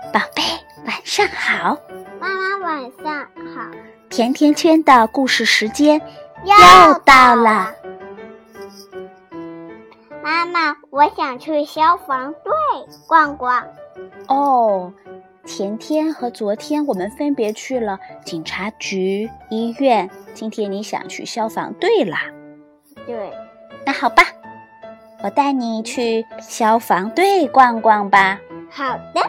宝贝，晚上好。 妈妈晚上好。 甜甜圈的故事时间又到了。 妈妈，我想去消防队逛逛。 哦，前天和昨天我们分别去了警察局、医院，今天你想去消防队啦？ 对。 那好吧，我带你去消防队逛逛吧。 好的。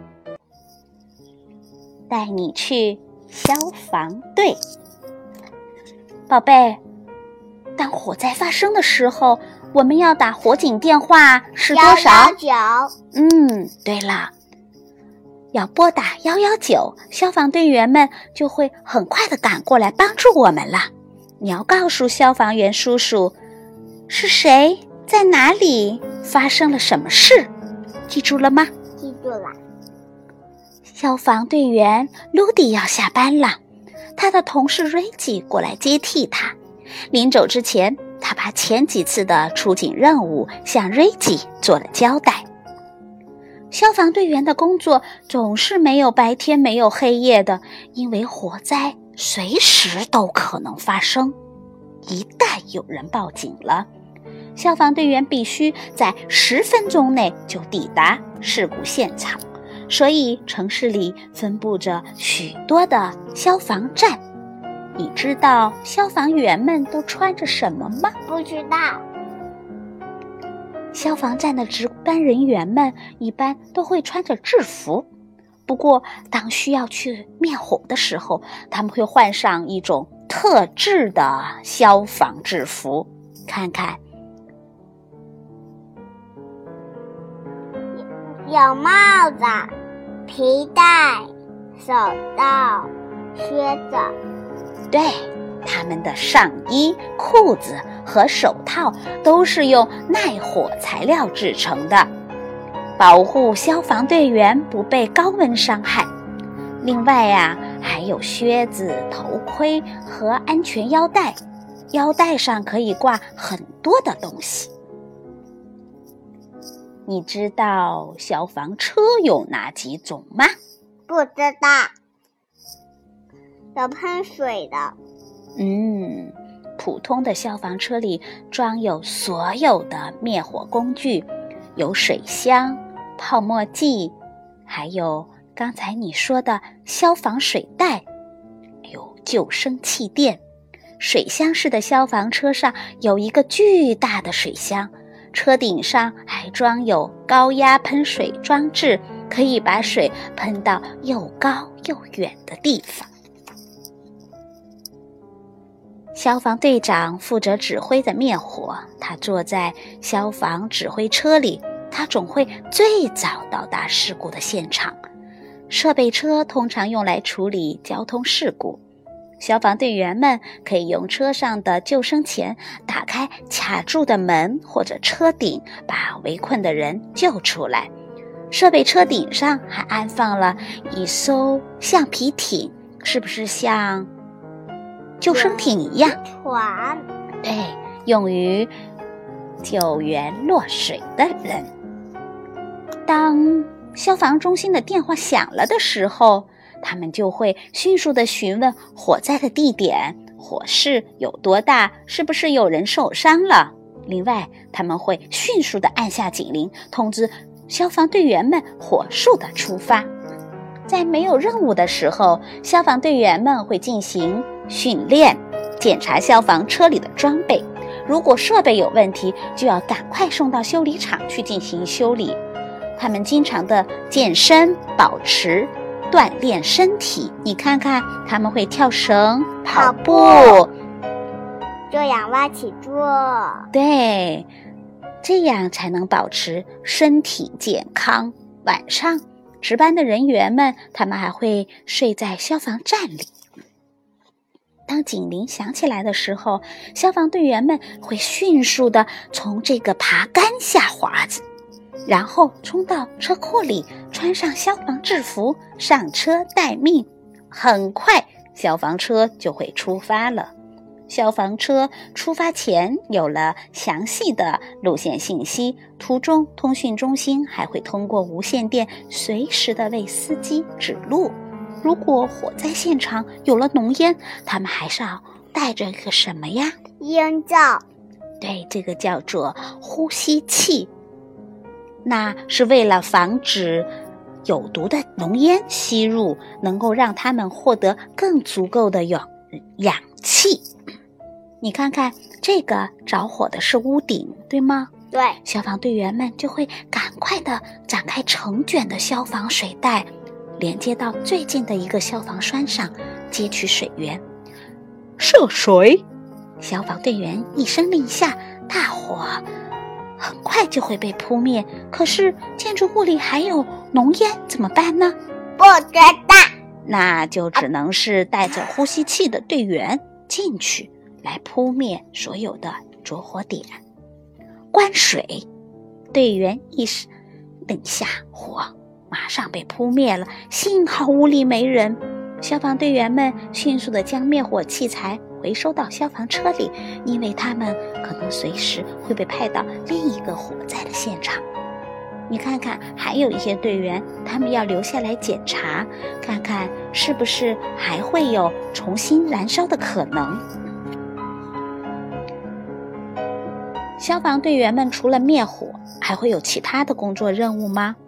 带你去消防队。宝贝，当火灾发生的时候，我们要打火警电话是多少？119。对了，要拨打119，消防队员们就会很快地赶过来帮助我们了。你要告诉消防员叔叔是谁，在哪里，发生了什么事，记住了吗？ 记住了。 消防队员卢迪要下班了，他的同事瑞吉过来接替他。临走之前，他把前几次的出警任务向瑞吉做了交代。消防队员的工作总是没有白天没有黑夜的，因为火灾随时都可能发生。一旦有人报警了，消防队员必须在10分钟内就抵达事故现场。所以城市里分布着许多的消防站。你知道消防员们都穿着什么吗？ 不知道。 消防站的值班人员们一般都会穿着制服，不过当需要去灭火的时候，他们会换上一种特制的消防制服。看看， 有帽子、皮带、手套、靴子。 对，他们的上衣、裤子和手套都是用耐火材料制成的，保护消防队员不被高温伤害。另外还有靴子、头盔和安全腰带，腰带上可以挂很多的东西。你知道消防车有哪几种吗？ 不知道。有喷水的。 普通的消防车里装有所有的灭火工具，有水箱、泡沫剂，还有刚才你说的消防水袋，有救生气垫。水箱式的消防车上有一个巨大的水箱，车顶上还装有高压喷水装置，可以把水喷到又高又远的地方。消防队长负责指挥着灭火，他坐在消防指挥车里，他总会最早到达事故的现场。设备车通常用来处理交通事故，消防队员们可以用车上的救生钳打开卡住的门或者车顶，把围困的人救出来。设备车顶上还安放了一艘橡皮艇，是不是像救生艇一样？ 船。 对，用于救援落水的人。当消防中心的电话响了的时候，他们就会迅速地询问火灾的地点，火势有多大，是不是有人受伤了。另外，他们会迅速地按下警铃，通知消防队员们火速地出发。在没有任务的时候，消防队员们会进行训练，检查消防车里的装备。如果设备有问题，就要赶快送到修理厂去进行修理。他们经常的健身，保持锻炼身体。你看看，他们会跳绳、跑步， 做仰卧起坐。 对，这样才能保持身体健康。晚上值班的人员们，他们还会睡在消防站里。当警铃响起来的时候，消防队员们会迅速地从这个爬杆下滑，然后冲到车库里，穿上消防制服，上车待命。很快消防车就会出发了。 消防车出发前有了详细的路线信息，途中通讯中心还会通过无线电随时的为司机指路。如果火灾现场有了浓烟，他们还是要带着一个什么呀？ 烟罩。 对，这个叫做呼吸器。那是为了防止有毒的浓烟吸入，能够让他们获得更足够的氧气。你看看，这个着火的是屋顶，对吗？ 对， 消防队员们就会赶快地展开成卷的消防水带，连接到最近的一个消防栓上，接取水源。涉水！消防队员一声令下，大火很快就会被扑灭。可是建筑物里还有浓烟，怎么办呢？ 不知道。 那就只能是带着呼吸器的队员进去，来扑灭所有的着火点。关水！队员一声令下，火马上被扑灭了。幸好屋里没人，消防队员们迅速地将灭火器材回收到消防车里，因为他们可能随时会被派到另一个火灾的现场。你看看，还有一些队员，他们要留下来检查，看看是不是还会有重新燃烧的可能。消防队员们除了灭火，还会有其他的工作任务吗？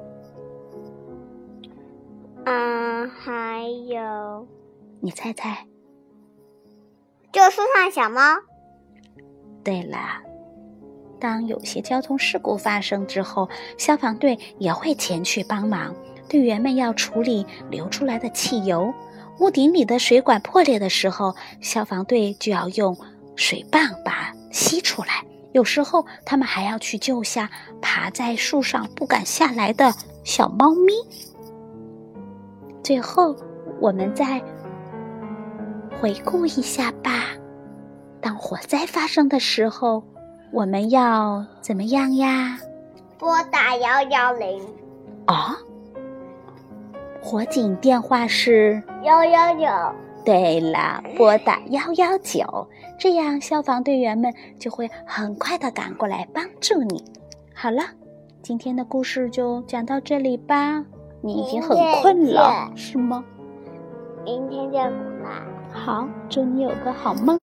还有， 你猜猜？ 救树上小猫。 对了，当有些交通事故发生之后，消防队也会前去帮忙。队员们要处理流出来的汽油，屋顶里的水管破裂的时候，消防队就要用水棒把它吸出来。有时候他们还要去救下爬在树上不敢下来的小猫咪。最后，我们再回顾一下吧。当火灾发生的时候，我们要怎么样呀？ 拨打110。 哦，火警电话是 119。 对了，拨打119，这样消防队员们就会很快地赶过来帮助你。好了，今天的故事就讲到这里吧。你已经很困了，是吗？ 明天见，古妈。 好，祝你有个好梦。